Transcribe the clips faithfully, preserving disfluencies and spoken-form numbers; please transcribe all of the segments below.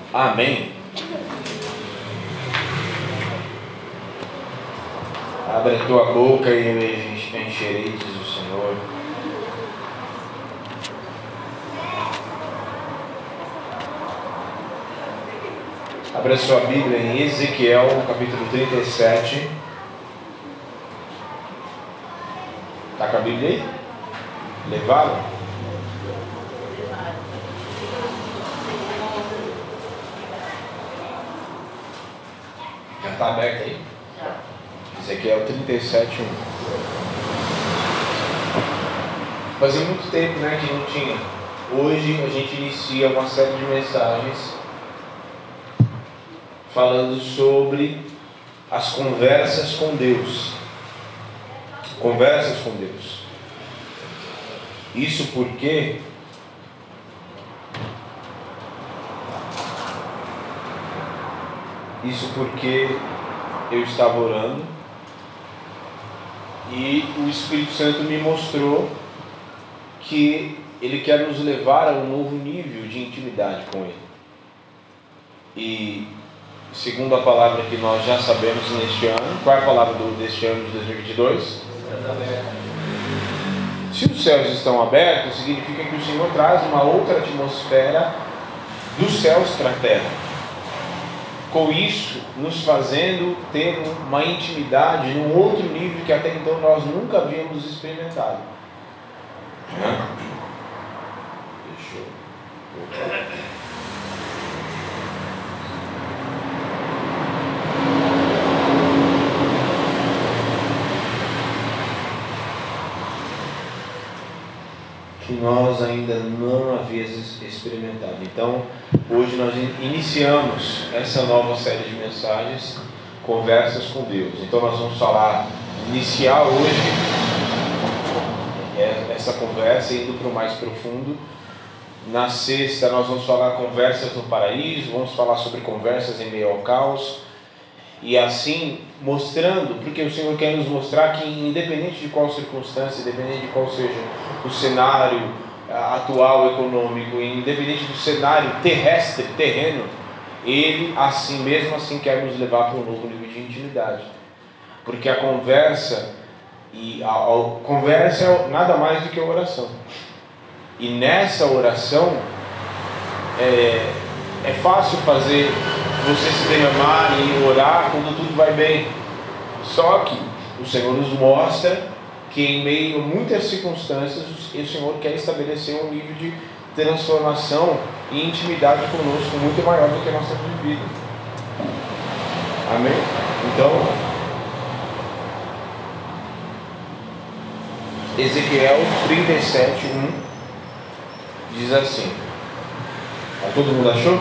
Amém. Abre a tua boca e eu encherei, diz o Senhor. Abra sua Bíblia em Ezequiel, capítulo trinta e sete. Está com a Bíblia aí? Levaram? Já está aberto aí? Ezequiel trinta e sete, um. Fazia muito tempo, né, que não tinha. Hoje a gente inicia uma série de mensagens falando sobre as conversas com Deus. Conversas com Deus. Isso porque Isso porque eu estava orando e o Espírito Santo me mostrou que Ele quer nos levar a um novo nível de intimidade com Ele. E segundo a palavra que nós já sabemos neste ano, qual é a palavra do, deste ano de dois mil e vinte e dois? Se os céus estão abertos, significa que o Senhor traz uma outra atmosfera dos céus para a terra. Com isso, nos fazendo ter uma intimidade num outro nível que até então nós nunca havíamos experimentado. Deixa eu voltar. Que nós ainda não havíamos experimentado. Então, hoje nós iniciamos essa nova série de mensagens, Conversas com Deus. Então nós vamos falar, iniciar hoje essa conversa, indo para o mais profundo. Na sexta nós vamos falar conversas no paraíso, vamos falar sobre conversas em meio ao caos. E assim, mostrando, porque o Senhor quer nos mostrar que independente de qual circunstância, independente de qual seja o cenário atual econômico, independente do cenário terrestre, terreno, Ele assim, mesmo assim, quer nos levar para um novo nível de intimidade. Porque a conversa, e a, a conversa é nada mais do que a oração. E nessa oração, é, é fácil fazer você se derramar e orar quando tudo vai bem. Só que o Senhor nos mostra que em meio a muitas circunstâncias o Senhor quer estabelecer um nível de transformação e intimidade conosco muito maior do que a nossa vida. Amém? Então, Ezequiel trinta e sete, um diz assim. Todo mundo achou?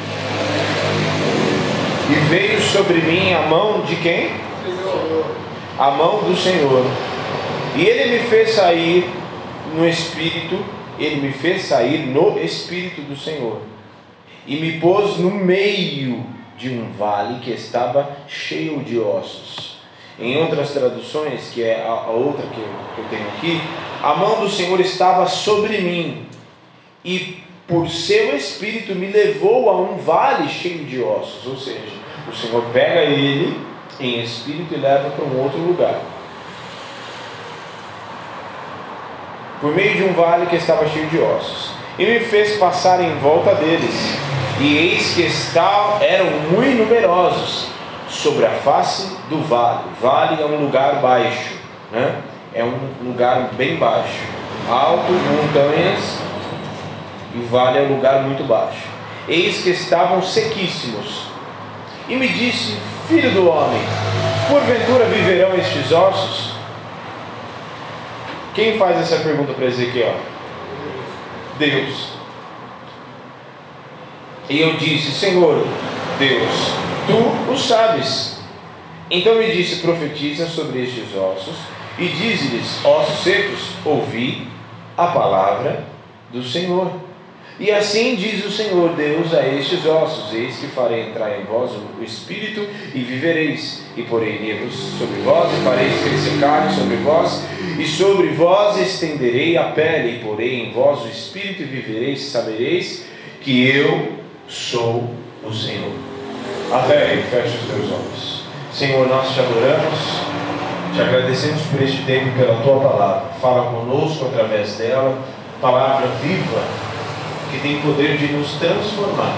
E veio sobre mim a mão de quem? Senhor. A mão do Senhor. E Ele me fez sair no Espírito, Ele me fez sair no Espírito do Senhor. E me pôs no meio de um vale que estava cheio de ossos. Em outras traduções, que é a, a outra que eu, que eu tenho aqui, a mão do Senhor estava sobre mim. E por seu Espírito me levou a um vale cheio de ossos. Ou seja, o Senhor pega ele em Espírito e leva para um outro lugar. Por meio de um vale que estava cheio de ossos. E me fez passar em volta deles. E eis que está, eram muito numerosos sobre a face do vale. Vale é um lugar baixo, né? É um lugar bem baixo. Alto, montanhas. E o vale é um lugar muito baixo. Eis que estavam sequíssimos. E me disse: filho do homem, porventura viverão estes ossos? Quem faz essa pergunta para Ezequiel? Deus. E eu disse: Senhor Deus, tu o sabes. Então me disse: profetiza sobre estes ossos e dize-lhes: ossos secos, ouvi a palavra do Senhor. E assim diz o Senhor Deus a estes ossos: eis que farei entrar em vós o Espírito e vivereis, e porei nervos sobre vós, e fareis crescer carne sobre vós, e sobre vós estenderei a pele, e porei em vós o Espírito e vivereis, e sabereis que eu sou o Senhor. Até aí, feche os teus olhos. Senhor, nós te adoramos, te agradecemos por este tempo, pela tua palavra. Fala conosco através dela, palavra viva, que tem poder de nos transformar.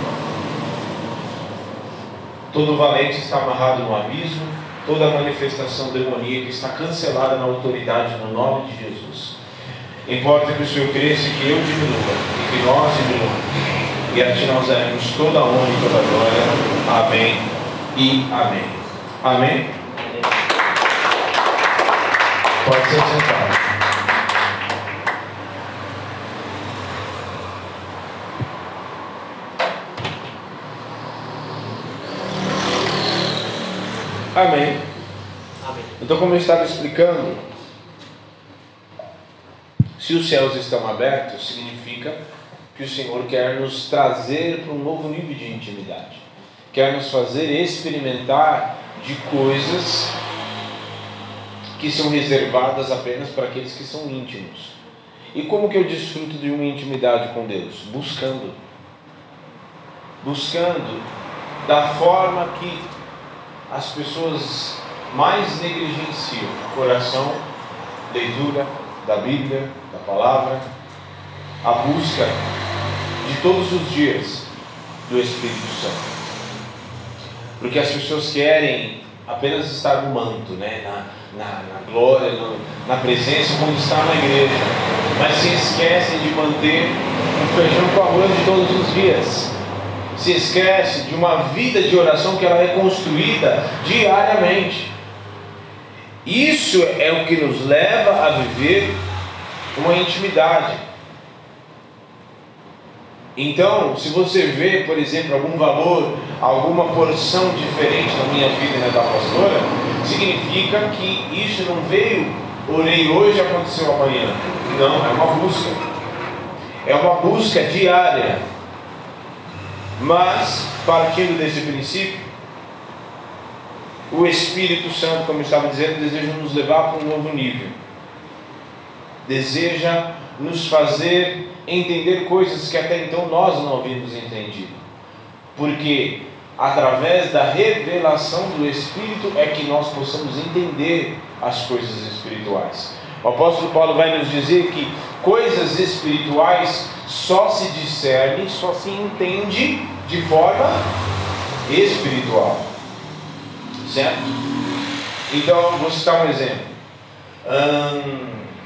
Todo valente está amarrado no abismo, toda manifestação demoníaca está cancelada na autoridade, no nome de Jesus. Importa que o Senhor cresça e que eu diminua, e que nós diminuamos. E a ti nós daremos toda a honra e toda a glória. Amém e amém. Amém? Pode ser sentado. Amém. Amém. Então, como eu estava explicando, se os céus estão abertos, significa que o Senhor quer nos trazer para um novo nível de intimidade, quer nos fazer experimentar de coisas que são reservadas apenas para aqueles que são íntimos. E como que eu desfruto de uma intimidade com Deus? Buscando. Buscando da forma que as pessoas mais negligenciam: oração, leitura da Bíblia, da palavra, a busca de todos os dias do Espírito Santo. Porque as pessoas querem apenas estar no manto, né? na, na, na glória, no, na presença, quando está na igreja, mas se esquecem de manter um feijão com arroz de todos os dias. Se esquece de uma vida de oração que ela é construída diariamente. Isso é o que nos leva a viver uma intimidade. Então, se você vê, por exemplo, algum valor, alguma porção diferente na minha vida e na da pastora, significa que isso não veio, orei hoje e aconteceu amanhã. Não, é uma busca. É uma busca diária. Mas, partindo desse princípio, o Espírito Santo, como eu estava dizendo, deseja nos levar para um novo nível. Deseja nos fazer entender coisas que até então nós não havíamos entendido. Porque através da revelação do Espírito é que nós possamos entender as coisas espirituais. O apóstolo Paulo vai nos dizer que coisas espirituais só se discerne, só se entende de forma espiritual. Certo? Então, vou citar um exemplo. Hum,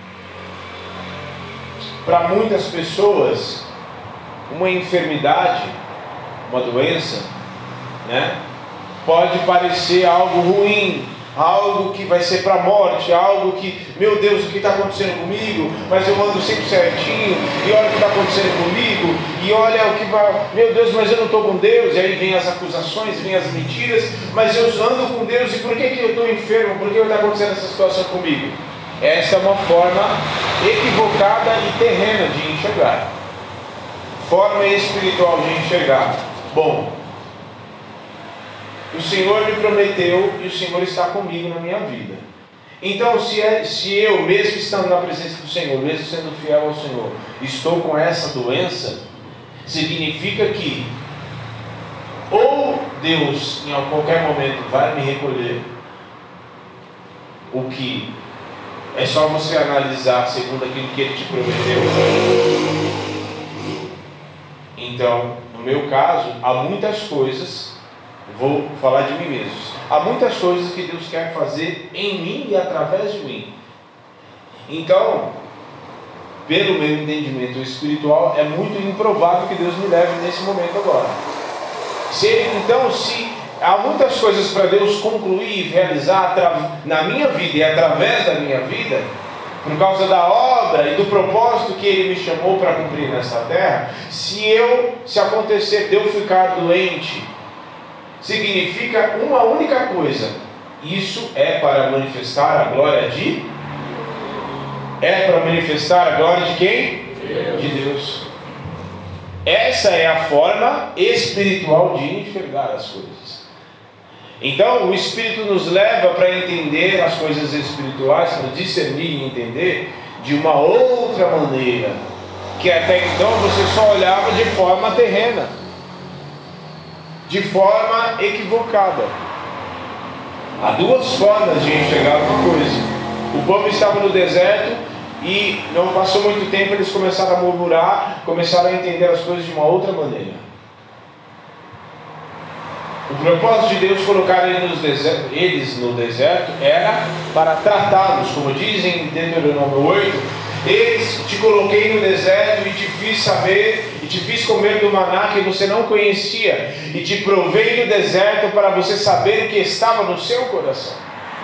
para muitas pessoas, uma enfermidade, uma doença, né, pode parecer algo ruim, algo que vai ser para a morte, algo que, meu Deus, o que está acontecendo comigo? Mas eu ando sempre certinho, e olha o que está acontecendo comigo, e olha o que vai, meu Deus, mas eu não estou com Deus. E aí vem as acusações, vem as mentiras, mas eu ando com Deus, e por que, que eu estou enfermo? Por que está acontecendo essa situação comigo? Essa é uma forma equivocada e terrena de enxergar, forma espiritual de enxergar. Bom, o Senhor me prometeu e o Senhor está comigo na minha vida. Então, se, é, se eu, mesmo estando na presença do Senhor, mesmo sendo fiel ao Senhor, estou com essa doença, significa que ou Deus em qualquer momento vai me recolher, o que é só você analisar segundo aquilo que Ele te prometeu. Então, no meu caso, há muitas coisas, vou falar de mim mesmo, há muitas coisas que Deus quer fazer em mim e através de mim. Então, pelo meu entendimento espiritual, é muito improvável que Deus me leve nesse momento agora. Se ele, então, se há muitas coisas para Deus concluir e realizar na minha vida e através da minha vida, por causa da obra e do propósito que Ele me chamou para cumprir nessa terra, se eu, se acontecer de eu ficar doente, significa uma única coisa: isso é para manifestar a glória de é para manifestar a glória de quem? Deus. De Deus. Essa é a forma espiritual de enxergar as coisas. Então o Espírito nos leva para entender as coisas espirituais, para discernir e entender de uma outra maneira, que até então você só olhava de forma terrena. de forma equivocada. Há duas formas de enxergar uma coisa. O povo estava no deserto e não passou muito tempo, eles começaram a murmurar, começaram a entender as coisas de uma outra maneira. O propósito de Deus colocar eles no deserto era para tratá-los, como dizem em Deuteronômio oito: eis te coloquei no deserto e te fiz saber, e te fiz comer do maná que você não conhecia, e te provei no deserto para você saber o que estava no seu coração.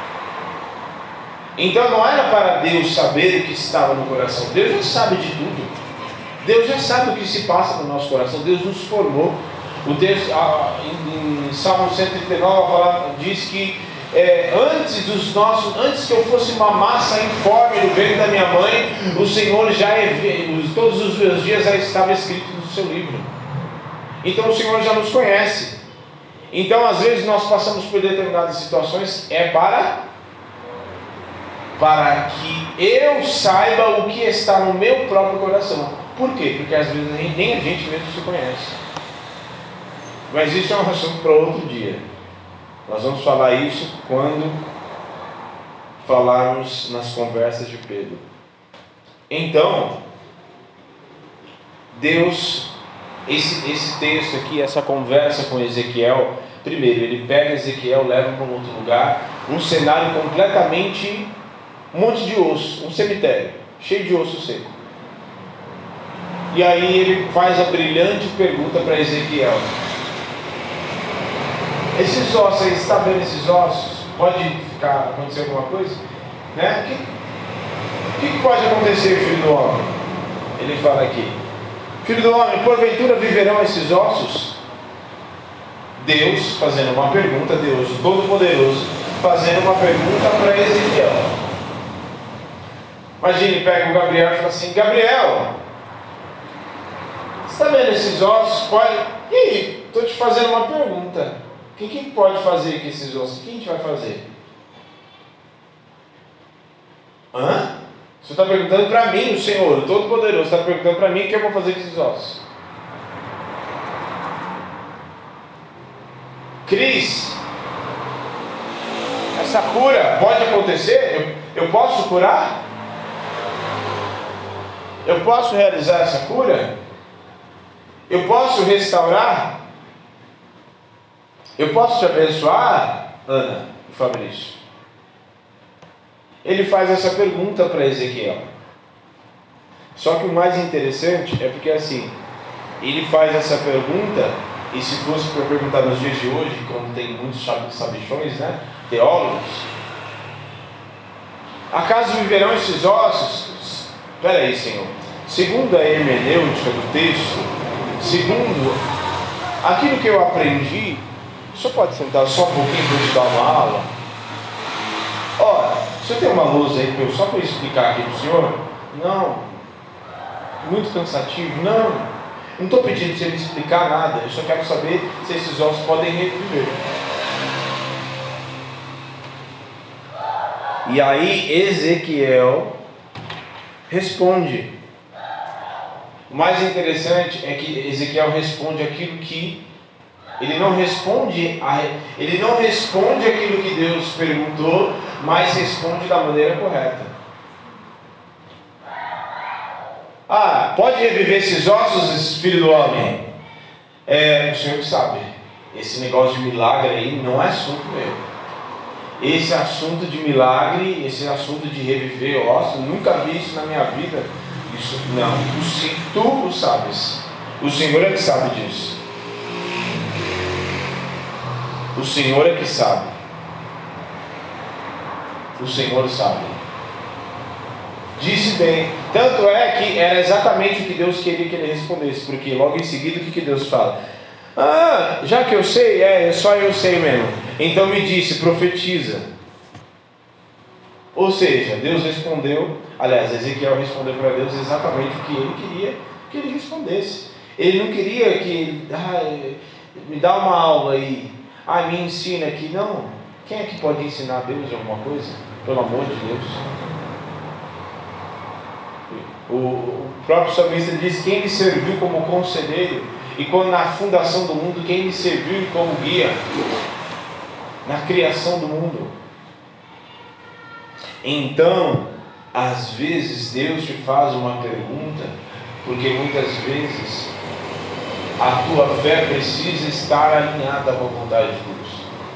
Então não era para Deus saber o que estava no coração. Deus já sabe de tudo. Deus já sabe o que se passa no nosso coração. Deus nos formou. O texto, em, em Salmo cento e trinta e nove, a palavra diz que é, antes dos nossos, antes que eu fosse uma massa informe no ventre da minha mãe, o Senhor já, todos os meus dias já estava escrito no seu livro. Então o Senhor já nos conhece. Então às vezes nós passamos por determinadas situações, é para para que eu saiba o que está no meu próprio coração. Por quê? Porque às vezes nem a gente mesmo se conhece. Mas isso é um assunto para outro dia. Nós vamos falar isso quando falarmos nas conversas de Pedro. Então, Deus, esse, esse texto aqui, essa conversa com Ezequiel, primeiro, ele pega Ezequiel, leva para um outro lugar, um cenário completamente, um monte de osso, um cemitério, cheio de osso seco. E aí ele faz a brilhante pergunta para Ezequiel: esses ossos aí, você está vendo esses ossos? Pode ficar, acontecer alguma coisa? Né? O que, que pode acontecer, filho do homem? Ele fala aqui: filho do homem, porventura viverão esses ossos? Deus fazendo uma pergunta, Deus Todo-Poderoso fazendo uma pergunta para Ezequiel. Imagine, pega o Gabriel e fala assim: Gabriel, você está vendo esses ossos? Pode... E aí, estou te fazendo uma pergunta. O que, que pode fazer com esses ossos? O que a gente vai fazer? Hã? Você está perguntando para mim, o Senhor, o Todo-Poderoso, está perguntando para mim o que eu vou fazer com esses ossos. Cris, essa cura pode acontecer? Eu, eu posso curar? Eu posso realizar essa cura? Eu posso restaurar? Eu posso te abençoar, Ana e Fabrício? Ele faz essa pergunta para Ezequiel. Só que o mais interessante é porque assim, ele faz essa pergunta, e se fosse para perguntar nos dias de hoje, como tem muitos sabichões, né, teólogos, acaso viverão esses ossos? Espera aí, Senhor. Segundo a hermenêutica do texto, segundo aquilo que eu aprendi, o senhor pode sentar só um pouquinho para eu te dar uma aula? Ora, o senhor tem uma luz aí para eu, só para eu explicar aqui para o senhor? Não. Muito cansativo? Não. Não estou pedindo para você me explicar nada. Eu só quero saber se esses ossos podem reviver. E aí Ezequiel responde. O mais interessante é que Ezequiel responde aquilo que Ele não responde, a, ele não responde aquilo que Deus perguntou, mas responde da maneira correta. Ah, pode reviver esses ossos, filho do homem? É, o Senhor que sabe. Esse negócio de milagre aí não é assunto meu. Esse assunto de milagre, esse assunto de reviver ossos, nunca vi isso na minha vida. Isso, não, tu o sabes. O Senhor é que sabe disso. O Senhor é que sabe. O Senhor sabe. Disse bem. Tanto é que era exatamente o que Deus queria que ele respondesse. Porque logo em seguida o que, que Deus fala? Ah, já que eu sei, é só eu sei mesmo. Então me disse, profetiza. Ou seja, Deus respondeu. Aliás, Ezequiel respondeu para Deus exatamente o que ele queria que ele respondesse. Ele não queria que ah, me dá uma aula aí. Ah, me ensina aqui. Não. Quem é que pode ensinar a Deus alguma coisa? Pelo amor de Deus. O, o próprio salmista diz: quem lhe serviu como conselheiro? E quando na fundação do mundo, quem me serviu como guia? Na criação do mundo. Então, às vezes Deus te faz uma pergunta, porque muitas vezes a tua fé precisa estar alinhada com a vontade de Deus.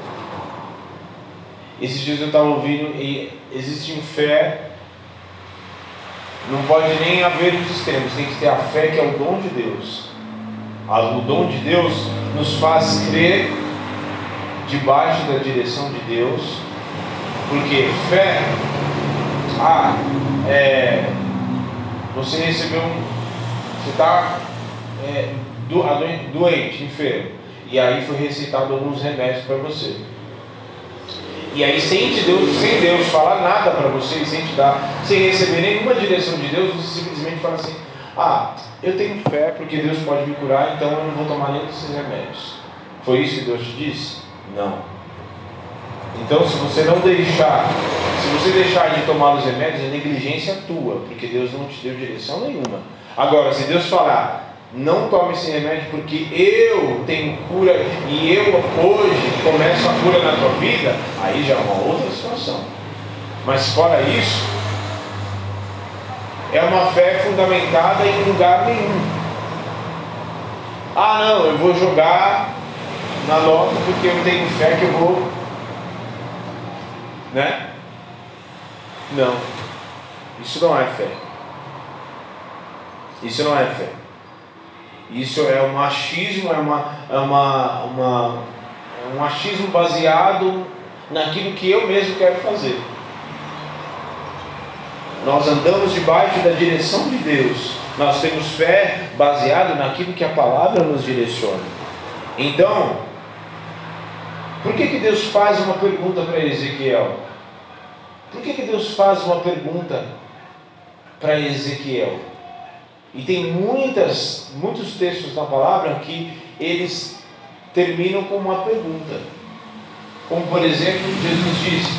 Esses dias eu estava ouvindo, e existe uma fé, não pode nem haver os extremos, tem que ter a fé que é o dom de Deus. O dom de Deus nos faz crer debaixo da direção de Deus, porque fé, ah, é, você recebeu um, você está é, do, doente, enfermo, e aí foi recitado alguns remédios para você. E aí, sem Deus, sem Deus falar nada para você, sem te dar, sem receber nenhuma direção de Deus, você simplesmente fala assim: ah, eu tenho fé porque Deus pode me curar, então eu não vou tomar nenhum desses remédios. Foi isso que Deus te disse? Não. Então, se você não deixar, se você deixar de tomar os remédios, é negligência tua, porque Deus não te deu direção nenhuma. Agora, se Deus falar: não tome esse remédio porque eu tenho cura e eu hoje começo a cura na tua vida, aí já é uma outra situação. Mas fora isso, é uma fé fundamentada em lugar nenhum. Ah não, eu vou jogar na loto porque eu tenho fé que eu vou, né? Não, isso não é fé. Isso não é fé. Isso é um achismo, é, uma, é uma, uma, um achismo baseado naquilo que eu mesmo quero fazer. Nós andamos debaixo da direção de Deus. Nós temos fé baseado naquilo que a palavra nos direciona. Então, por que que Deus faz uma pergunta para Ezequiel? Por que que Deus faz uma pergunta para Ezequiel? E tem muitas, muitos textos na palavra que eles terminam com uma pergunta. Como por exemplo, Jesus disse: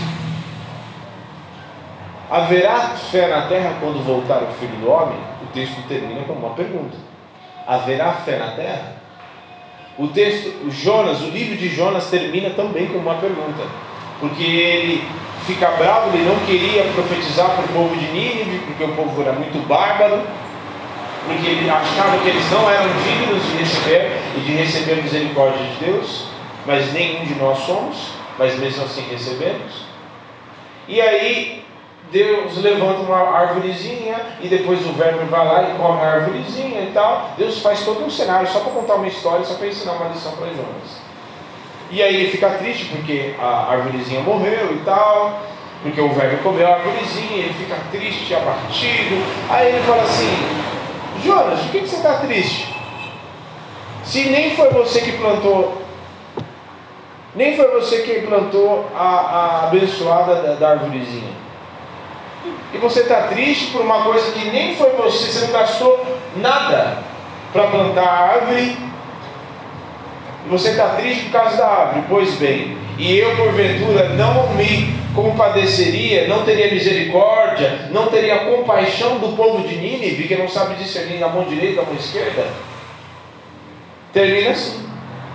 haverá fé na terra quando voltar o Filho do Homem? O texto termina com uma pergunta. Haverá fé na terra? O texto, o Jonas, o livro de Jonas termina também com uma pergunta. Porque ele fica bravo, ele não queria profetizar para o povo de Nínive, porque o povo era muito bárbaro, porque ele achava que eles não eram dignos de receber e de receber a misericórdia de Deus, mas nenhum de nós somos, mas mesmo assim recebemos. E aí Deus levanta uma árvorezinha e depois o verme vai lá e come a árvorezinha e tal. Deus faz todo um cenário só para contar uma história, só para ensinar uma lição para Jonas. E aí ele fica triste porque a árvorezinha morreu e tal, porque o verme comeu a árvorezinha, ele fica triste, abatido. Aí ele fala assim: Jonas, por que você está triste? Se nem foi você que plantou, nem foi você que plantou a, a abençoada da, da árvorezinha. E você está triste por uma coisa que nem foi você, você não gastou nada para plantar a árvore. E você está triste por causa da árvore. Pois bem, e eu porventura não me compadeceria, não teria misericórdia, não teria compaixão do povo de Nínive, que não sabe discernir a mão direita, a mão esquerda? Termina assim.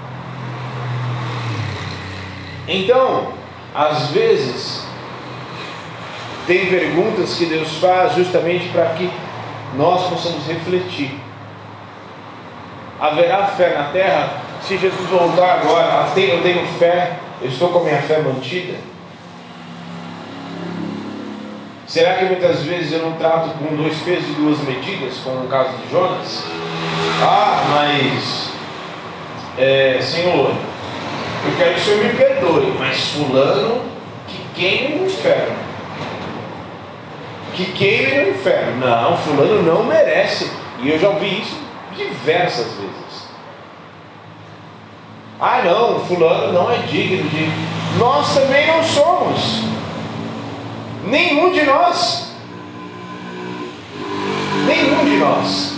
Então, às vezes, tem perguntas que Deus faz justamente para que nós possamos refletir. Haverá fé na terra? Se Jesus voltar agora, eu tenho fé, eu estou com a minha fé mantida? Será que muitas vezes eu não trato com dois pesos e duas medidas, como no caso de Jonas? Ah, mas, é, Senhor, eu quero que o Senhor me perdoe, mas fulano que queime no inferno. Que queime no inferno. Não, fulano não merece. E eu já ouvi isso diversas vezes. Ah não, fulano não é digno de... Nós também não somos. Nenhum de nós. Nenhum de nós.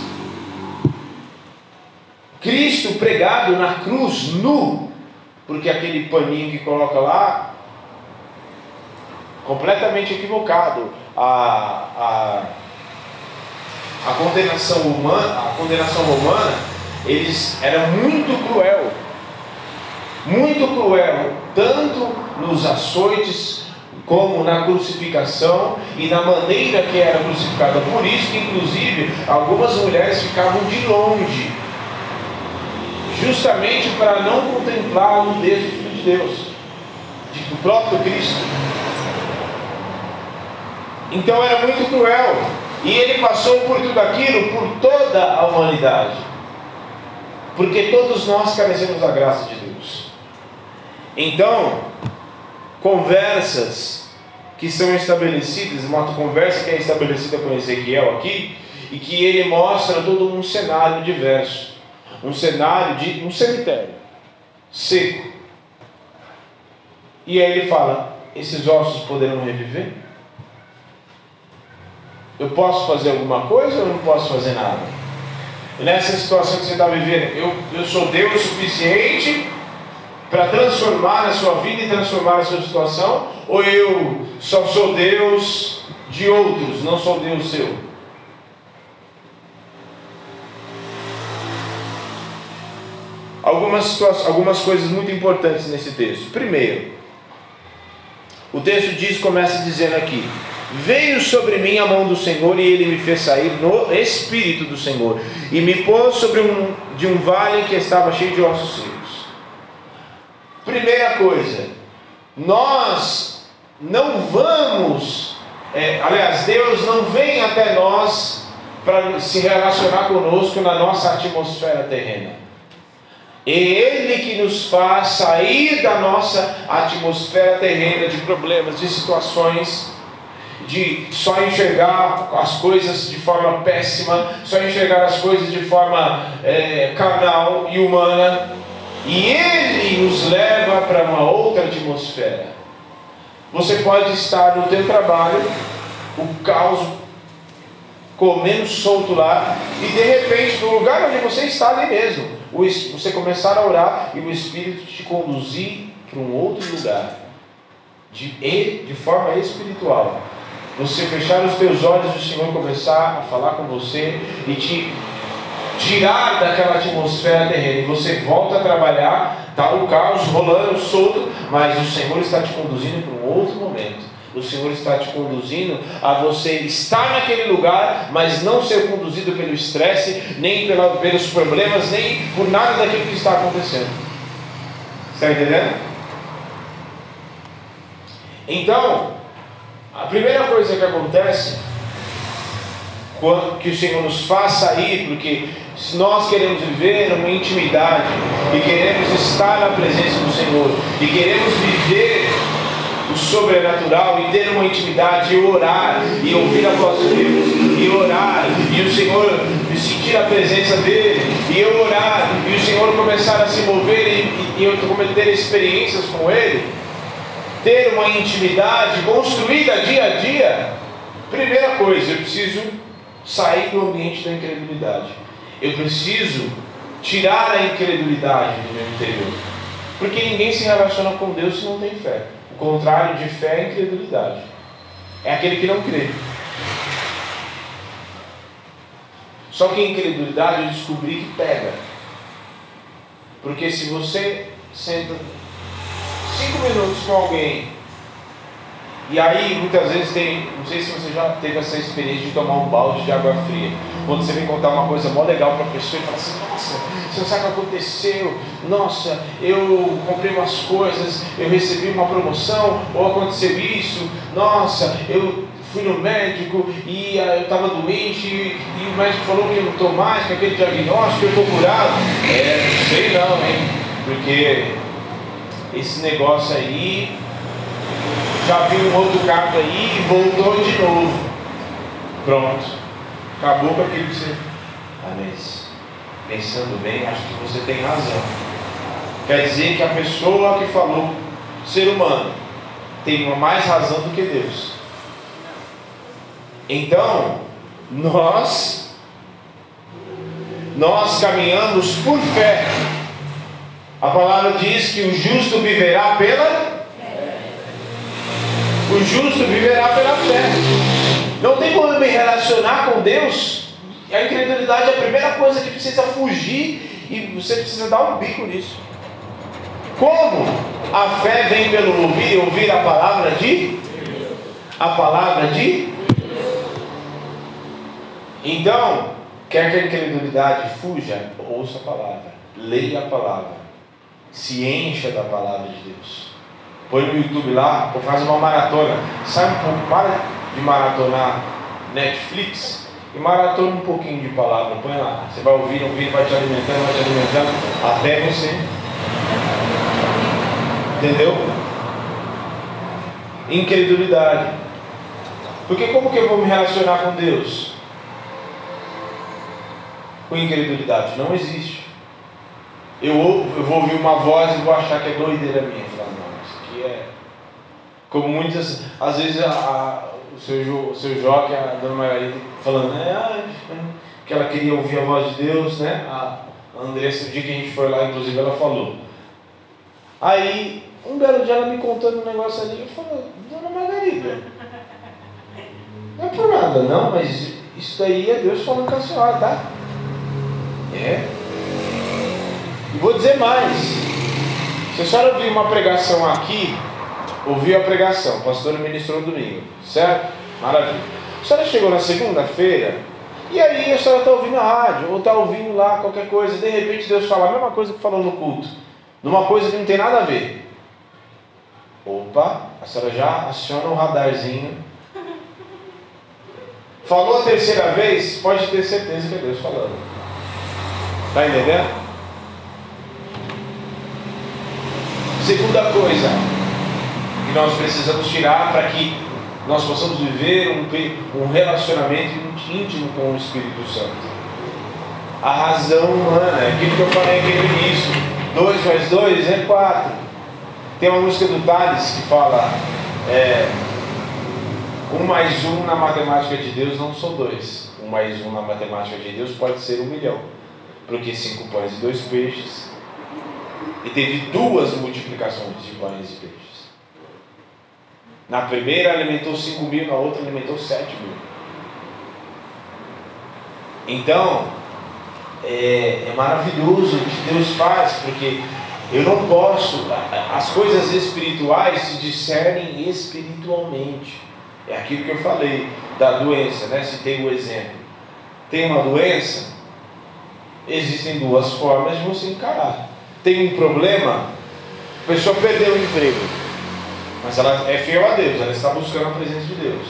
Cristo pregado na cruz nu, porque aquele paninho que coloca lá, completamente equivocado. A, a, a condenação humana, a condenação romana eles era muito cruel, muito cruel, tanto nos açoites como na crucificação e na maneira que era crucificada. Por isso que inclusive algumas mulheres ficavam de longe, justamente para não contemplar a nudez do Filho de Deus, do próprio Cristo. Então era muito cruel, e ele passou por tudo aquilo por toda a humanidade, porque todos nós carecemos da graça de Deus. Então, conversas que são estabelecidas, uma conversa que é estabelecida com Ezequiel aqui, e que ele mostra todo um cenário diverso, um cenário de um cemitério seco, e aí ele fala: esses ossos poderão reviver? Eu posso fazer alguma coisa ou eu não posso fazer nada? Nessa situação que você está vivendo, eu, eu sou Deus suficiente para transformar a sua vida e transformar a sua situação, ou eu só sou Deus de outros, não sou Deus seu? Algumas, situações, algumas coisas muito importantes nesse texto. Primeiro, o texto diz, começa dizendo aqui: veio sobre mim a mão do Senhor, e ele me fez sair no Espírito do Senhor, e me pôs sobre um, de um vale que estava cheio de ossos secos. Primeira coisa, nós não vamos, é, aliás, Deus não vem até nós para se relacionar conosco na nossa atmosfera terrena. É Ele que nos faz sair da nossa atmosfera terrena de problemas, de situações, de só enxergar as coisas de forma péssima, só enxergar as coisas de forma é, carnal e humana. E Ele nos leva para uma outra atmosfera. Você pode estar no teu trabalho, o caos comendo solto lá, e de repente, no lugar onde você está ali mesmo, você começar a orar e o Espírito te conduzir para um outro lugar, de, de forma espiritual. Você fechar os teus olhos e o Senhor começar a falar com você e te tirar daquela atmosfera terrena, e você volta a trabalhar, está o caos rolando solto, mas o Senhor está te conduzindo para um outro momento. O Senhor está te conduzindo a você estar naquele lugar, mas não ser conduzido pelo estresse, nem pela, pelos problemas, nem por nada daquilo que está acontecendo. Está entendendo? Então, a primeira coisa que acontece, quando, que o Senhor nos faz sair, porque se nós queremos viver numa intimidade, e queremos estar na presença do Senhor, e queremos viver o sobrenatural, e ter uma intimidade, e orar, e ouvir a voz de Deus, e orar, e o Senhor sentir a presença dEle, e eu orar, e o Senhor começar a se mover, e, e eu cometer experiências com Ele, ter uma intimidade construída dia a dia. Primeira coisa, eu preciso sair do ambiente da incredulidade. Eu preciso tirar a incredulidade do meu interior, porque ninguém se relaciona com Deus se não tem fé. O contrário de fé é incredulidade, é aquele que não crê. Só que a incredulidade eu descobri que pega, porque se você senta cinco minutos com alguém, e aí muitas vezes tem, não sei se você já teve essa experiência de tomar um balde de água fria, quando você vem contar uma coisa mó legal para a pessoa e fala assim: nossa, você não sabe o que aconteceu, nossa, eu comprei umas coisas, eu recebi uma promoção, ou aconteceu isso, nossa, eu fui no médico e eu estava doente e, e o médico falou que eu não estou mais com aquele diagnóstico, eu estou curado. É, não sei não, hein, porque esse negócio aí, já vi um outro caso aí e voltou de novo. Pronto, acabou com aquilo que você... Ah, mas pensando bem, acho que você tem razão. Quer dizer que a pessoa que falou, ser humano, tem uma mais razão do que Deus. Então, nós, nós caminhamos por fé. A palavra diz que o justo viverá pela... O justo viverá pela fé. Não tem como eu me relacionar com Deus. A incredulidade é a primeira coisa que precisa fugir E você precisa dar um bico nisso. Como a fé vem pelo ouvir e ouvir a palavra de a palavra de então, quer que a incredulidade fuja, ouça a palavra, leia a palavra, se encha da palavra de Deus. Põe no YouTube lá, ou faz uma maratona. Sai um pouco, para de maratonar Netflix e maratona um pouquinho de palavra. Põe lá, você vai ouvir, ouvir, vai te alimentando, vai te alimentando até você. Entendeu? Incredulidade. Porque como que eu vou me relacionar com Deus? Com incredulidade? Não existe. Eu, eu vou ouvir uma voz e vou achar que é doideira minha. Falar, não, isso aqui é... Como muitas, às vezes a, a, o seu, jo, o seu Joque, a dona Margarida falando, né, ah, que ela queria ouvir a voz de Deus, né? A Andressa, o dia que a gente foi lá, inclusive, ela falou. Aí, um belo dia ela me contando um negócio ali, eu falei, dona Margarida, não é por nada não, mas isso daí é Deus falando com a senhora, tá? É. E vou dizer mais, se a senhora ouvir uma pregação aqui, ouviu a pregação, o pastor ministrou no domingo, certo? Maravilha. A senhora chegou na segunda-feira, e aí a senhora está ouvindo a rádio, ou está ouvindo lá qualquer coisa, de repente Deus fala a mesma coisa que falou no culto, numa coisa que não tem nada a ver. Opa, a senhora já aciona um radarzinho. Falou a terceira vez, pode ter certeza que é Deus falando. Está entendendo? Segunda coisa que nós precisamos tirar para que nós possamos viver um, um relacionamento íntimo com o Espírito Santo. A razão humana, é aquilo que eu falei aqui no início. Dois mais dois é quatro. Tem uma música do Thales que fala é, um mais um na matemática de Deus não são dois. Um mais um na matemática de Deus pode ser um milhão. Porque cinco pães e dois peixes. E teve duas multiplicações de pães e peixes. Na primeira alimentou cinco mil, na outra alimentou sete mil. Então, é, é maravilhoso o que Deus faz, porque eu não posso, as coisas espirituais se discernem espiritualmente. É aquilo que eu falei da doença, né? Citei o exemplo. Tem uma doença, existem duas formas de você encarar. Tem um problema, a pessoa perdeu o emprego, mas ela é fiel a Deus, ela está buscando a presença de Deus.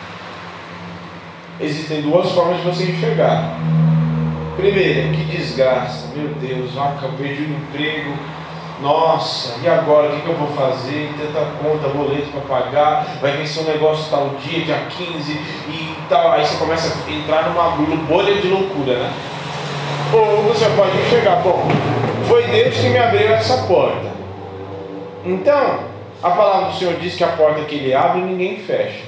Existem duas formas de você enxergar. Primeira, que desgraça, meu Deus, eu perdi o emprego, nossa, e agora, o que, que eu vou fazer? Tanta conta, boleto para pagar, vai vencer um negócio tal dia, dia quinze e tal. Aí você começa a entrar numa bolha de loucura, né? Ou você pode enxergar, bom, foi Deus que me abriu essa porta. Então, a palavra do Senhor diz que a porta que Ele abre, ninguém fecha.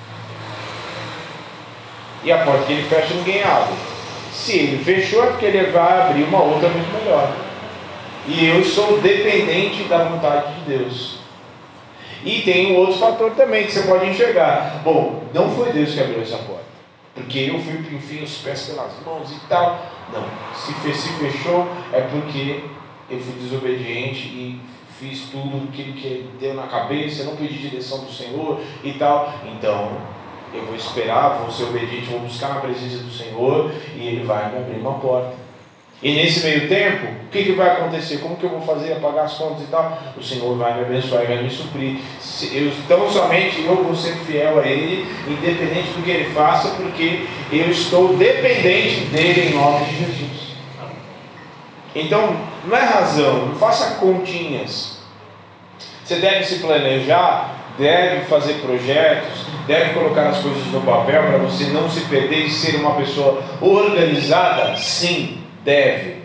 E a porta que Ele fecha, ninguém abre. Se Ele fechou, é porque Ele vai abrir uma outra muito melhor. E eu sou dependente da vontade de Deus. E tem um outro fator também que você pode enxergar. Bom, não foi Deus que abriu essa porta, porque eu fui para enfim os pés pelas mãos e tal. Não, se fechou é porque eu fui desobediente e fiz tudo o que Ele deu na cabeça, não pedi direção do Senhor e tal. Então eu vou esperar, vou ser obediente, vou buscar na presença do Senhor e Ele vai me abrir uma porta. E nesse meio tempo, o que, que vai acontecer? Como que eu vou fazer? Apagar as contas e tal? O Senhor vai me abençoar e vai me suprir. Eu, então somente eu vou ser fiel a Ele, independente do que Ele faça, porque eu estou dependente dEle em nome de Jesus. Então, não é razão, não faça continhas. Você deve se planejar, deve fazer projetos, deve colocar as coisas no papel para você não se perder e ser uma pessoa organizada, sim. Deve,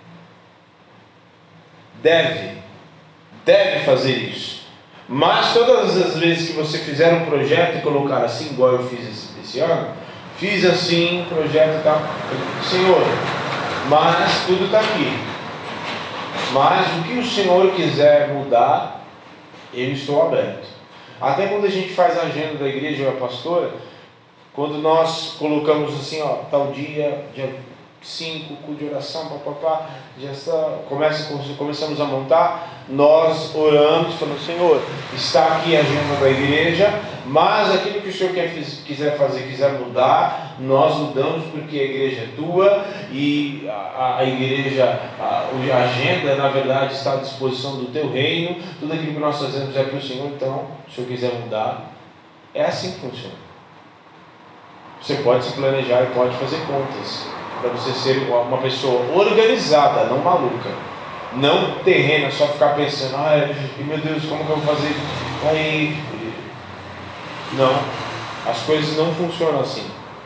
deve, deve fazer isso. Mas todas as vezes que você fizer um projeto e colocar assim, igual eu fiz esse, esse ano, fiz assim, projeto e tal, Senhor, mas tudo está aqui. Mas o que o Senhor quiser mudar, eu estou aberto. Até quando a gente faz a agenda da igreja, eu e a pastora, quando nós colocamos assim, ó, tal dia, dia cinco, culto de oração, papapá, já está, começa, começamos a montar, nós oramos, falando, Senhor, está aqui a agenda da igreja, mas aquilo que o Senhor quer, quiser fazer, quiser mudar, nós mudamos porque a igreja é tua e a, a igreja, a, a agenda, na verdade, está à disposição do teu reino, tudo aquilo que nós fazemos é para o Senhor, então, se o Senhor quiser mudar, é assim que funciona. Você pode se planejar e pode fazer contas, para você ser uma pessoa organizada, não maluca, não terrena, só ficar pensando, ai meu Deus, como que eu vou fazer? Aí, não, as coisas não funcionam assim.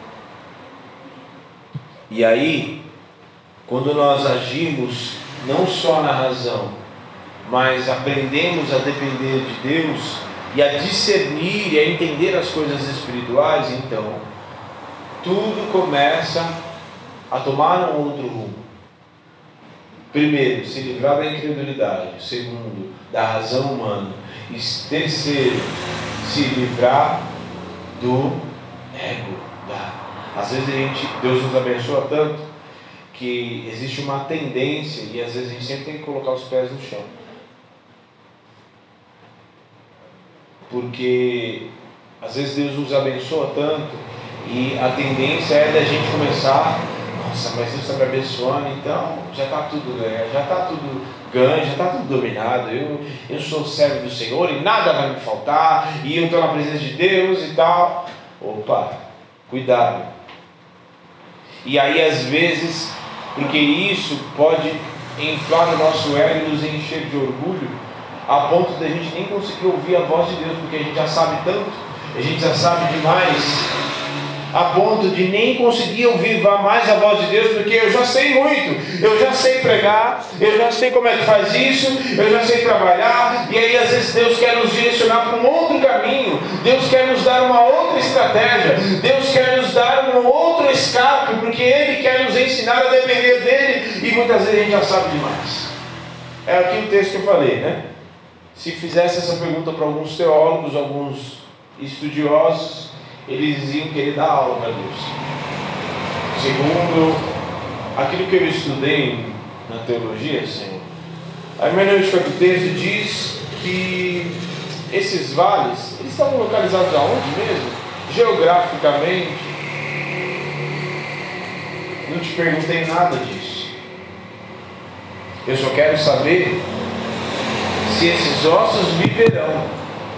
E aí, quando nós agimos não só na razão, mas aprendemos a depender de Deus e a discernir e a entender as coisas espirituais, então tudo começa a tomar um outro rumo. Primeiro, se livrar da incredulidade. Segundo, da razão humana. E terceiro, se livrar do ego. Da... Às vezes a gente, Deus nos abençoa tanto que existe uma tendência, e às vezes a gente sempre tem que colocar os pés no chão. Porque às vezes Deus nos abençoa tanto e a tendência é da gente começar, nossa, mas Deus está me abençoando, então já está tudo ganho, já está tudo ganho, já está tudo dominado, eu, eu sou servo do Senhor e nada vai me faltar, e eu estou na presença de Deus e tal. Opa, cuidado. E aí às vezes, porque isso pode inflar o nosso ego e nos encher de orgulho, a ponto de a gente nem conseguir ouvir a voz de Deus, porque a gente já sabe tanto, a gente já sabe demais, a ponto de nem conseguir ouvir mais a voz de Deus, porque eu já sei muito, eu já sei pregar, eu já sei como é que faz isso, eu já sei trabalhar, e aí às vezes Deus quer nos direcionar para um outro caminho, Deus quer nos dar uma outra estratégia, Deus quer nos dar um outro escape, porque Ele quer nos ensinar a depender dEle, e muitas vezes a gente já sabe demais. É aqui o texto que eu falei, né? Se fizesse essa pergunta para alguns teólogos, alguns estudiosos, eles iam querer dar aula para Deus. Segundo aquilo que eu estudei na teologia, Senhor, a hermenêutica do texto diz que esses vales, eles estavam localizados aonde mesmo? Geograficamente. Não te perguntei nada disso. Eu só quero saber se esses ossos viverão.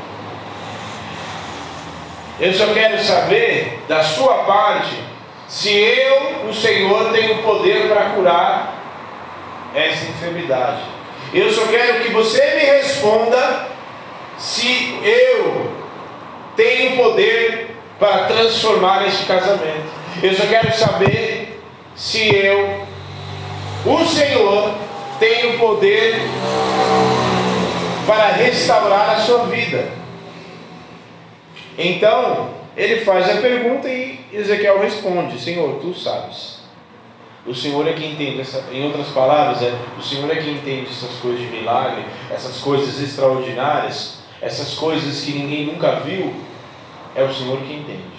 Eu só quero saber da sua parte se eu, o Senhor, tenho poder para curar essa enfermidade. Eu só quero que você me responda se eu tenho poder para transformar este casamento. Eu só quero saber se eu, o Senhor, tenho poder para restaurar a sua vida. Então, ele faz a pergunta e Ezequiel responde: Senhor, tu sabes. O Senhor é quem entende, essa, em outras palavras, é, o Senhor é quem entende essas coisas de milagre, essas coisas extraordinárias, essas coisas que ninguém nunca viu, é o Senhor que entende.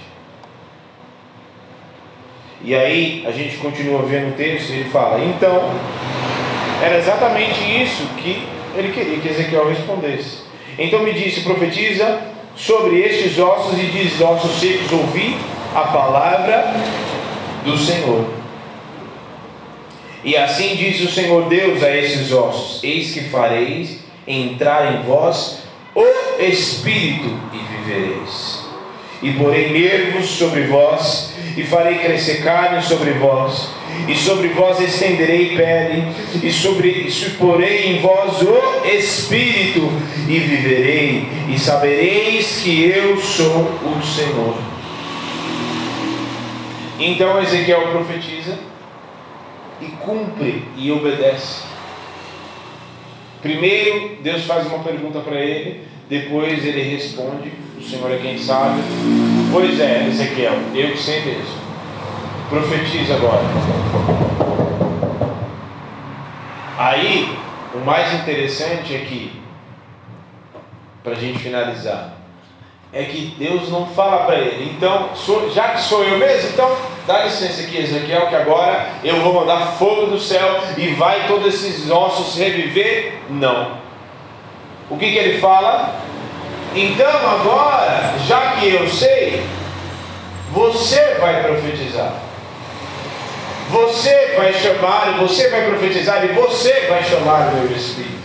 E aí, a gente continua vendo o texto e ele fala, então, era exatamente isso que ele queria que Ezequiel respondesse. Então me disse, profetiza sobre estes ossos e diz, ossos secos, ouvi a palavra do Senhor. E assim diz o Senhor Deus a esses ossos, eis que fareis entrar em vós o Espírito e vivereis. E porei nervos sobre vós, e farei crescer carne sobre vós, e sobre vós estenderei pele, e sobre e porei em vós o Espírito, e viverei, e sabereis que eu sou o Senhor. Então Ezequiel profetiza, e cumpre e obedece. Primeiro Deus faz uma pergunta para ele, depois ele responde, o Senhor é quem sabe. Pois é, Ezequiel, eu que sei mesmo. Profetiza agora. Aí, o mais interessante é que, para a gente finalizar, é que Deus não fala para ele, então, sou, já que sou eu mesmo, então dá licença aqui, Ezequiel, que agora eu vou mandar fogo do céu e vai todos esses ossos reviver? Não. O que que ele fala? Então agora, já que eu sei, você vai profetizar. Você vai chamar, você vai profetizar e você vai chamar o meu Espírito.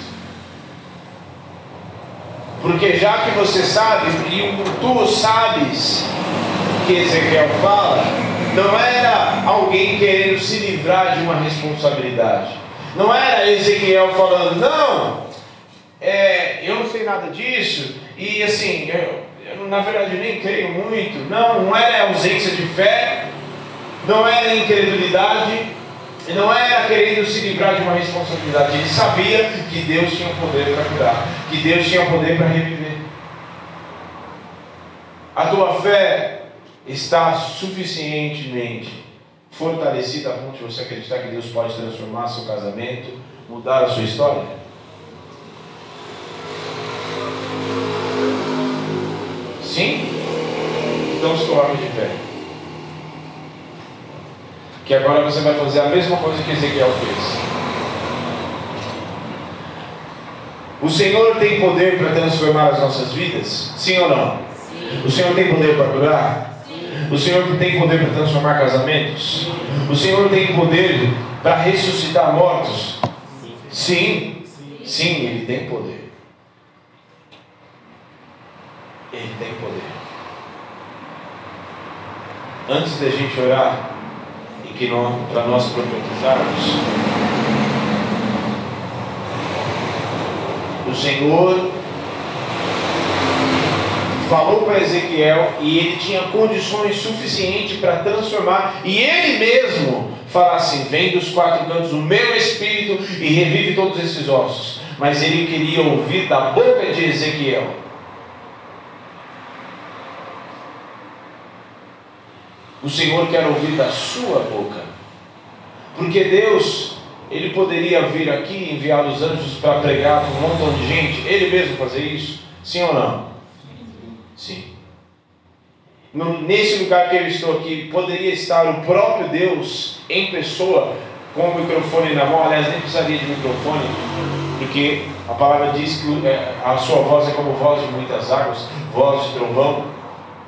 Porque já que você sabe, e tu sabes que Ezequiel fala, não era alguém querendo se livrar de uma responsabilidade. Não era Ezequiel falando, não, é, eu não sei nada disso, e assim, eu, eu na verdade nem creio muito. Não, não era ausência de fé, não era incredulidade, não era querendo se livrar de uma responsabilidade. Ele sabia que Deus tinha o poder para curar, que Deus tinha o poder para reviver. A tua fé está suficientemente fortalecida a ponto de você acreditar que Deus pode transformar seu casamento, mudar a sua história? Sim? Então se coloque de pé. Que agora você vai fazer a mesma coisa que Ezequiel fez. O Senhor tem poder para transformar as nossas vidas? Sim ou não? Sim. O Senhor tem poder para curar? Sim. O Senhor tem poder para transformar casamentos? Sim. O Senhor tem poder para ressuscitar mortos? Sim. Sim. Sim, Ele tem poder. Ele tem poder. Antes da gente orar, e que nós, para nós profetizarmos, o Senhor falou para Ezequiel e ele tinha condições suficientes para transformar, e ele mesmo falar assim: vem dos quatro cantos o meu Espírito e revive todos esses ossos. Mas ele queria ouvir da boca de Ezequiel. O Senhor quer ouvir da sua boca, porque Deus, Ele poderia vir aqui e enviar os anjos para pregar para um montão de gente, Ele mesmo fazer isso? Sim ou não? Sim. Nesse lugar que eu estou aqui, poderia estar o próprio Deus em pessoa, com o microfone na mão. Aliás, nem precisaria de microfone, porque a palavra diz que a sua voz é como voz de muitas águas, voz de trovão.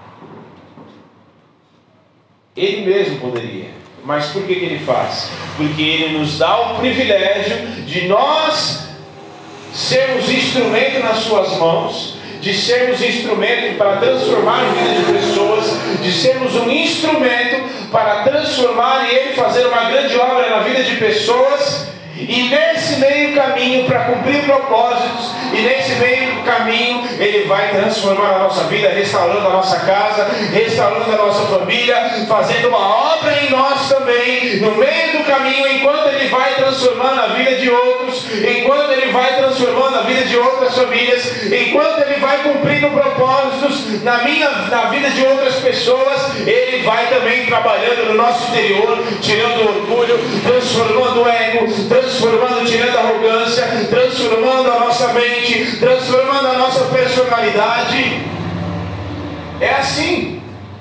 Ele mesmo poderia, mas por que que ele faz? Porque ele nos dá o privilégio de nós sermos instrumento nas suas mãos, de sermos instrumento para transformar a vida de pessoas, de sermos um instrumento para transformar e ele fazer uma grande obra na vida de pessoas. E nesse meio caminho, para cumprir propósitos, e nesse meio caminho Ele vai transformar a nossa vida, restaurando a nossa casa, restaurando a nossa família, fazendo uma obra em nós também, no meio do caminho, enquanto Ele vai transformando a vida de outros, enquanto Ele vai transformando a vida de outras famílias, enquanto Ele vai cumprindo propósitos na, minha, na vida de outras pessoas. Ele vai também trabalhando no nosso interior, tirando o orgulho, transformando o ego, transformando, tirando a arrogância, transformando a nossa mente, transformando a nossa personalidade. É assim.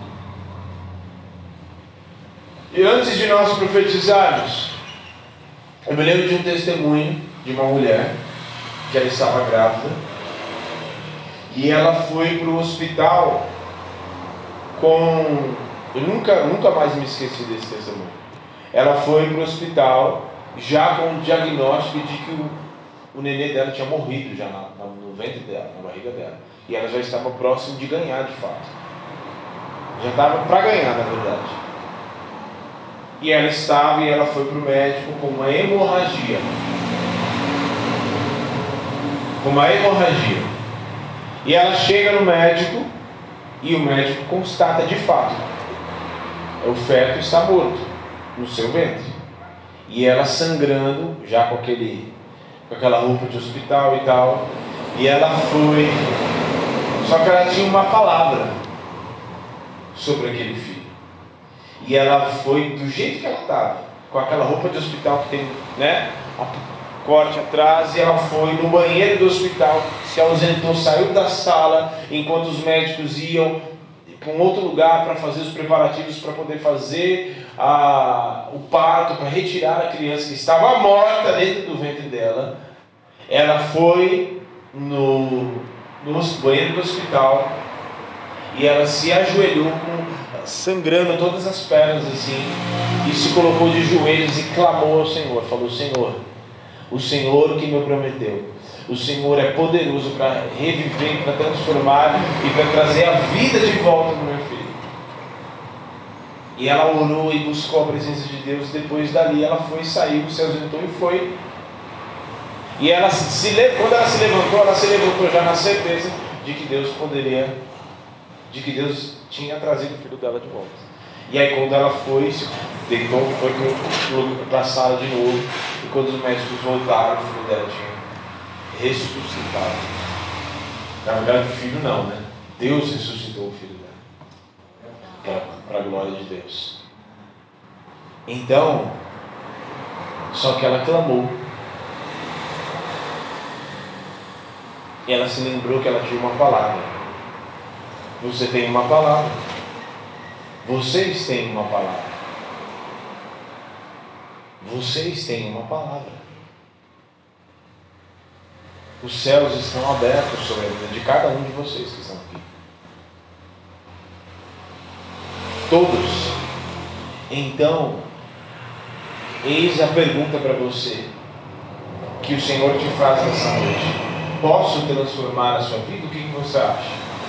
E antes de nós profetizarmos, eu me lembro de um testemunho de uma mulher que ela estava grávida e ela foi para o hospital com... Eu nunca, nunca mais me esqueci desse testemunho. Ela foi para o hospital já com o diagnóstico de que o, o nenê dela tinha morrido já na, na, no ventre dela, na barriga dela. E ela já estava próximo de ganhar de fato. Já estava para ganhar, na verdade. E ela estava e ela foi para o médico com uma hemorragia. Com uma hemorragia. E ela chega no médico e o médico constata de fato: o feto está morto no seu ventre. E ela sangrando, já com, aquele, com aquela roupa de hospital e tal. E ela foi. Só que ela tinha uma palavra sobre aquele filho. E ela foi do jeito que ela estava, com aquela roupa de hospital que tem, né, a corte atrás. E ela foi no banheiro do hospital, se ausentou, saiu da sala enquanto os médicos iam para um outro lugar para fazer os preparativos para poder fazer a, o parto, para retirar a criança que estava morta dentro do ventre dela. Ela foi no, no banheiro do hospital e ela se ajoelhou, com, sangrando todas as pernas assim, e se colocou de joelhos e clamou ao Senhor. Falou: Senhor, o Senhor que me prometeu, o Senhor é poderoso para reviver, para transformar e para trazer a vida de volta do meu filho. E ela orou e buscou a presença de Deus. Depois dali ela foi, saiu, se ausentou e foi. E ela se, quando ela se levantou, ela se levantou já na certeza de que Deus poderia, de que Deus tinha trazido o filho dela de volta. E aí quando ela foi, se deitou, foi para a sala de novo. E quando os médicos voltaram, o filho dela tinha ressuscitado. Na verdade, o filho não, né? Deus ressuscitou o filho dela, para a glória de Deus. Então, só que ela clamou. E ela se lembrou que ela tinha uma palavra. Você tem uma palavra. Vocês têm uma palavra. Vocês têm uma palavra. Os céus estão abertos sobre a vida de cada um de vocês que estão aqui. Todos. Então, eis a pergunta para você que o Senhor te faz nessa noite. Posso transformar a sua vida? O que você acha?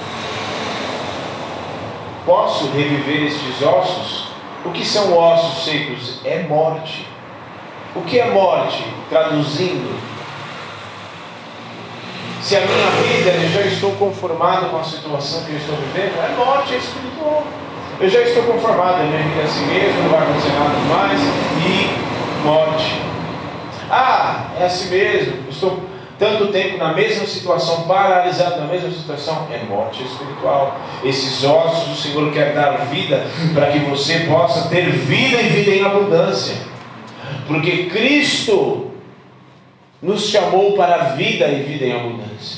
Posso reviver estes ossos? O que são ossos secos? É morte. O que é morte? Traduzindo, se a minha vida, eu já estou conformado com a situação que eu estou vivendo, é morte espiritual. Eu já estou conformado, a minha vida é assim mesmo, não vai acontecer nada mais, e morte. Ah, é assim mesmo, estou tanto tempo na mesma situação, paralisado na mesma situação, é morte espiritual. Esses ossos o Senhor quer dar vida para que você possa ter vida e vida em abundância, porque Cristo nos chamou para a vida e vida em abundância.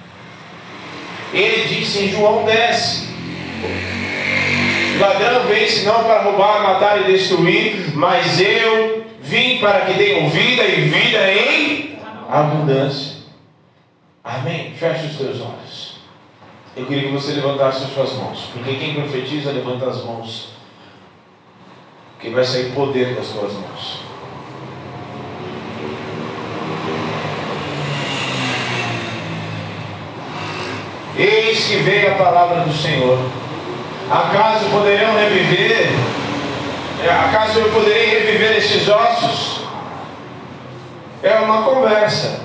Ele disse em João dez: o ladrão vem senão para roubar, matar e destruir, mas eu vim para que tenham vida e vida em abundância. Amém? Feche os teus olhos. Eu queria que você levantasse as suas mãos, porque quem profetiza levanta as mãos, porque vai sair poder das tuas mãos. Eis que veio a palavra do Senhor. Acaso poderão reviver? Acaso eu poderei reviver esses ossos? É uma conversa.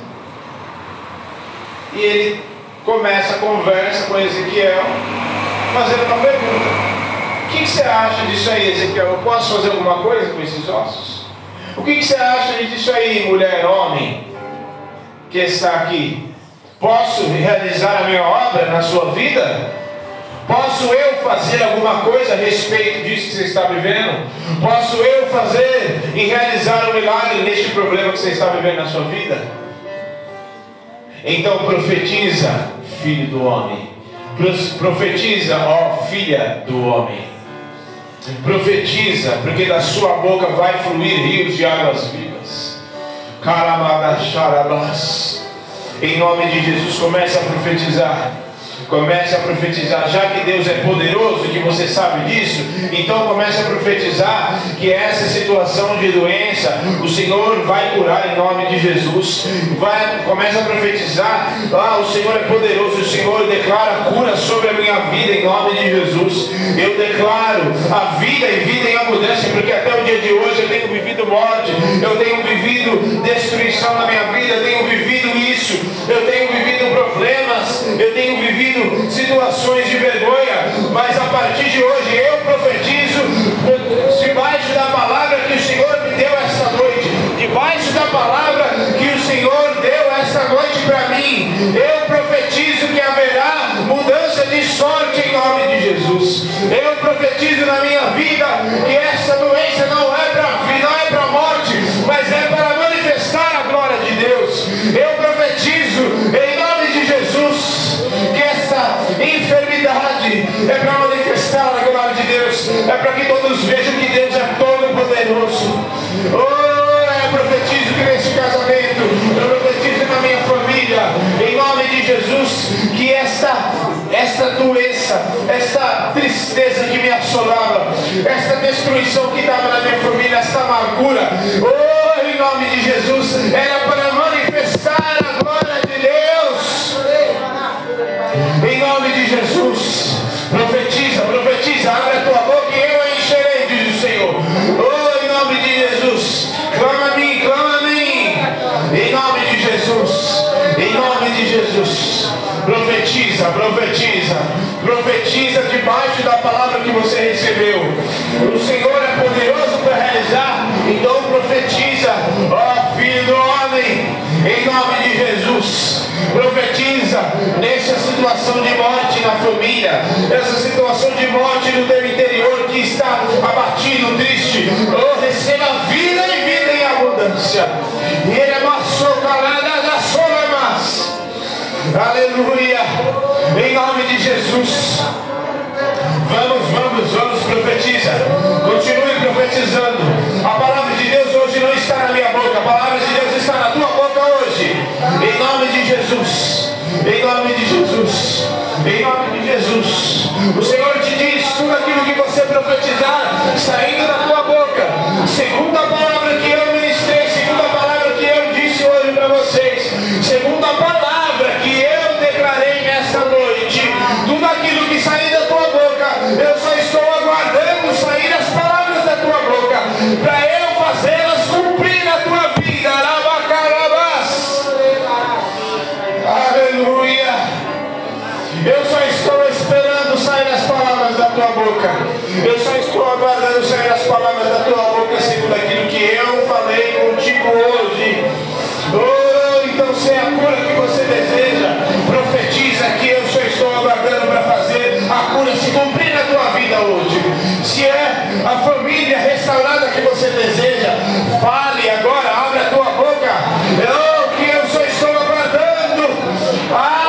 E ele começa a conversa com Ezequiel, fazendo uma pergunta: o que você acha disso aí, Ezequiel? Eu posso fazer alguma coisa com esses ossos? O que você acha disso aí, mulher, homem, que está aqui? Posso realizar a minha obra na sua vida? Posso eu fazer alguma coisa a respeito disso que você está vivendo? Posso eu fazer e realizar um milagre neste problema que você está vivendo na sua vida? Então profetiza, filho do homem. Profetiza, ó filha do homem. Profetiza, porque da sua boca vai fluir rios de águas vivas. Caramadacharabás. Em nome de Jesus, comece a profetizar. Comece a profetizar, já que Deus é poderoso, que você sabe disso, então comece a profetizar que essa situação de doença, o Senhor vai curar em nome de Jesus. Vai, comece a profetizar, ah, o Senhor é poderoso, o Senhor declara cura sobre a minha vida em nome de Jesus. Eu declaro a vida e vida em abundância, porque até o dia de hoje eu tenho vivido morte, eu tenho vivido destruição na minha vida, eu tenho vivido isso, eu tenho vivido problemas, eu tenho vivido situações de vergonha, mas a partir de hoje eu profetizo, debaixo da palavra que o Senhor me deu esta noite, debaixo da palavra que o Senhor deu esta noite para mim, eu profetizo que haverá mudança de sorte em nome de Jesus. Eu profetizo na minha vida que essa doença não é para não é para morte, mas é para manifestar a glória de Deus. Eu profetizo em nome de Jesus que essa enfermidade é para manifestar esta doença, esta tristeza que me assolava, esta destruição que estava na minha família, esta amargura, oh, em nome de Jesus, era para manifestar a glória de Deus. Em nome de Jesus, profetiza, profetiza, abre a tua boca e eu a encherei, diz o Senhor. Oh, em nome de Jesus, clama a mim, clama a mim. Em nome de Jesus, em nome de Jesus, profetiza, profetiza, profetiza debaixo da palavra que você recebeu. O Senhor é poderoso para realizar, então profetiza, ó filho do homem, em nome de Jesus. Profetiza nessa situação de morte na família, essa situação de morte no teu interior que está abatido, triste. Oh, receba vida e vida em abundância. E ele amassou calada da solemas. Aleluia. Em nome de Jesus. Vamos, vamos, vamos, profetiza. Continue profetizando. A palavra de Deus hoje não está na minha boca. A palavra de Deus está na tua boca hoje. Em nome de Jesus. Em nome de Jesus. Em nome de Jesus. O Senhor te diz tudo aquilo que você profetizar saindo da tua boca. Segundo a palavra que eu ministrei, segundo a palavra que eu disse hoje para vocês, segundo a palavra que eu declarei nesta noite, tudo aquilo que sair da tua boca, eu só estou aguardando sair as palavras da tua boca, para eu fazê-las cumprir na tua vida. Arabacarabás. Aleluia. Eu só estou esperando sair as palavras da tua boca. Eu só estou aguardando sair as palavras da tua boca, segundo aquilo que eu falei contigo hoje. Oh, então se é a cura que você deseja, profetiza que eu só estou aguardando para fazer a cura se cumprir na tua vida hoje. Se é a família restaurada que você deseja, fale agora, abre a tua boca. Oh, que eu só estou aguardando. Ah,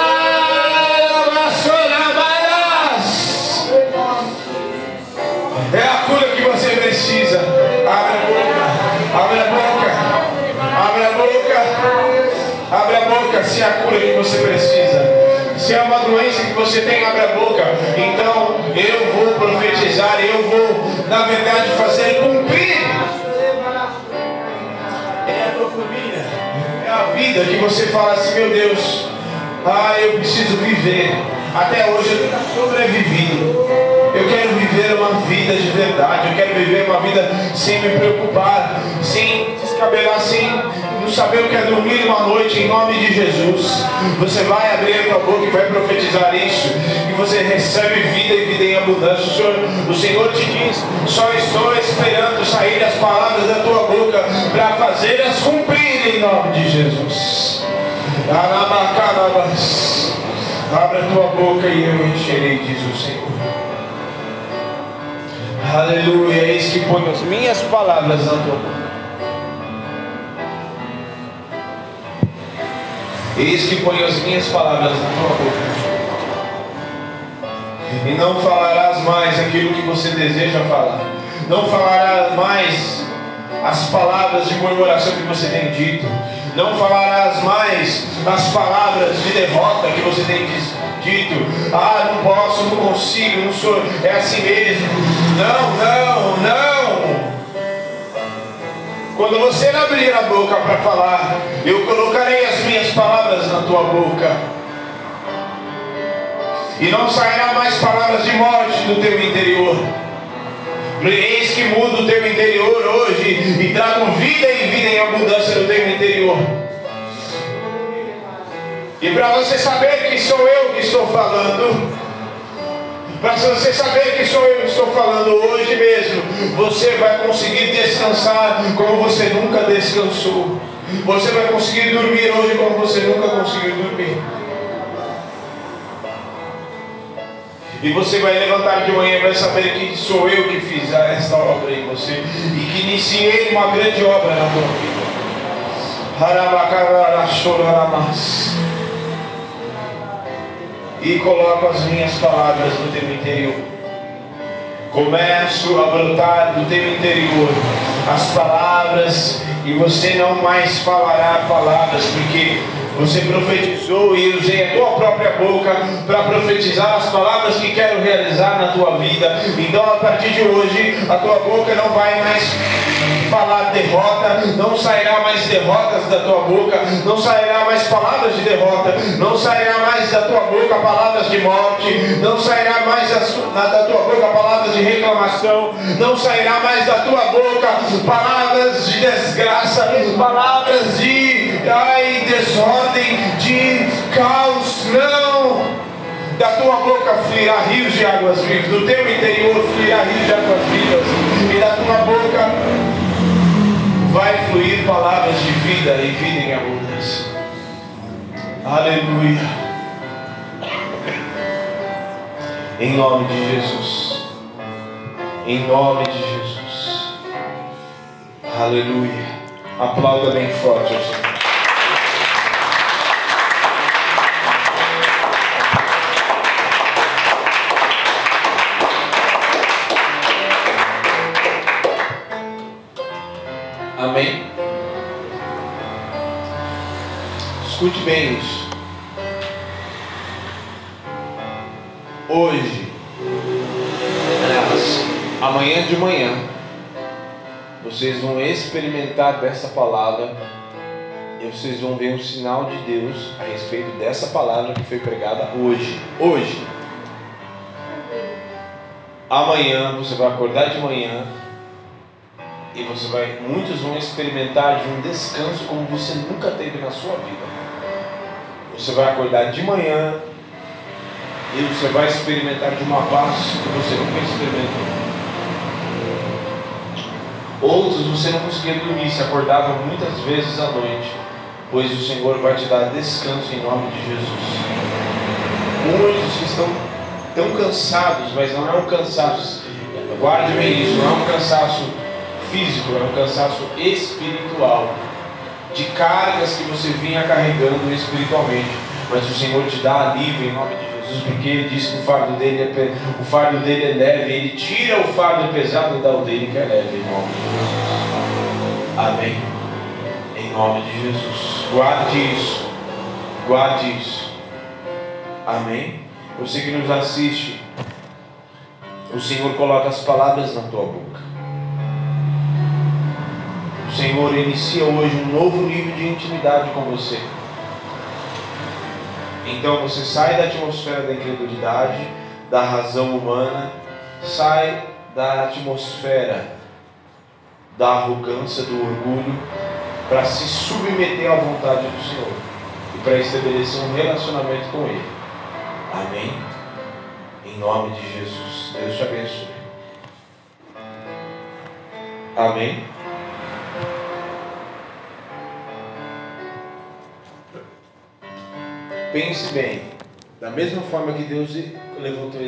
é a cura que você precisa. Abre a boca, abre a boca, abre a boca, abre a boca. Se é a cura que você precisa, se é uma doença que você tem, abre a boca. Então eu vou profetizar, eu vou, na verdade, fazer cumprir. É a tua família, é a vida que você fala assim: meu Deus, ah, eu preciso viver. Até hoje eu tenho sobrevivido. Eu quero viver uma vida de verdade. Eu quero viver uma vida sem me preocupar, sem descabelar, sem não saber o que é dormir uma noite. Em nome de Jesus, você vai abrir a tua boca e vai profetizar isso, e você recebe vida e vida em abundância. O Senhor, o Senhor te diz: só estou esperando sair as palavras da tua boca para fazê-las cumprir, em nome de Jesus. Arabacarabas. Abre a tua boca e eu encherei, diz o Senhor. Aleluia. Eis que ponho as minhas palavras na tua boca. Eis que ponho as minhas palavras na tua boca. E não falarás mais aquilo que você deseja falar. Não falarás mais as palavras de murmuração que você tem dito. Não falarás mais as palavras de derrota que você tem dito. Ah, não posso, não consigo, não sou, é assim mesmo. Não, não, não. Quando você abrir a boca para falar, eu colocarei as minhas palavras na tua boca. E não sairá mais palavras de morte do teu interior. Eis que muda o teu interior hoje e trago vida e vida em abundância no teu interior. E para você saber que sou eu que estou falando, para você saber que sou eu que estou falando hoje mesmo, você vai conseguir descansar como você nunca descansou. Você vai conseguir dormir hoje como você nunca conseguiu dormir. E você vai levantar de manhã e vai saber que sou eu que fiz esta obra em você, e que iniciei uma grande obra na tua vida. E coloco as minhas palavras no teu interior. Começo a brotar do teu interior as palavras, e você não mais falará palavras, porque você profetizou e usei a tua própria boca para profetizar as palavras que quero realizar na tua vida. Então, a partir de hoje, a tua boca não vai mais falar derrota, não sairá mais derrotas da tua boca, não sairá mais palavras de derrota, não sairá mais da tua boca palavras de morte, não sairá mais da, da tua boca palavras de reclamação, não sairá mais da tua boca palavras de desgraça, palavras de ai, desordem, de caos. Não! Da tua boca fluirá rios de águas vivas, do teu interior fluirá rios de águas vivas, e da tua boca vai fluir palavras de vida e vida em abundância. Aleluia. Em nome de Jesus. Em nome de Jesus. Aleluia. Aplauda bem forte ao Senhor. Amém? Escute bem isso. Hoje, aliás, amanhã de manhã, vocês vão experimentar dessa palavra e vocês vão ver um sinal de Deus a respeito dessa palavra que foi pregada hoje. Hoje. Amanhã, você vai acordar de manhã e você vai, muitos vão experimentar de um descanso como você nunca teve na sua vida. Você vai acordar de manhã e você vai experimentar de uma paz que você nunca experimentou. Outros você não conseguia dormir, se acordava muitas vezes à noite, pois o Senhor vai te dar descanso em nome de Jesus. Muitos que estão tão cansados, mas não é um cansaço, guarde bem isso, não é um cansaço físico, é um cansaço espiritual, de cargas que você vinha carregando espiritualmente, mas o Senhor te dá alívio em nome de Jesus, porque Ele diz que o fardo dele é, o fardo dele é leve, Ele tira o fardo pesado e dá o dele que é leve, em nome de Jesus. Amém. Em nome de Jesus. Guarde isso. Guarde isso. Amém. Você que nos assiste, o Senhor coloca as palavras na tua boca. O Senhor inicia hoje um novo nível de intimidade com você. Então você sai da atmosfera da incredulidade, da razão humana, sai da atmosfera da arrogância, do orgulho, para se submeter à vontade do Senhor e para estabelecer um relacionamento com Ele. Amém? Em nome de Jesus. Deus te abençoe. Amém? Pense bem, da mesma forma que Deus levantou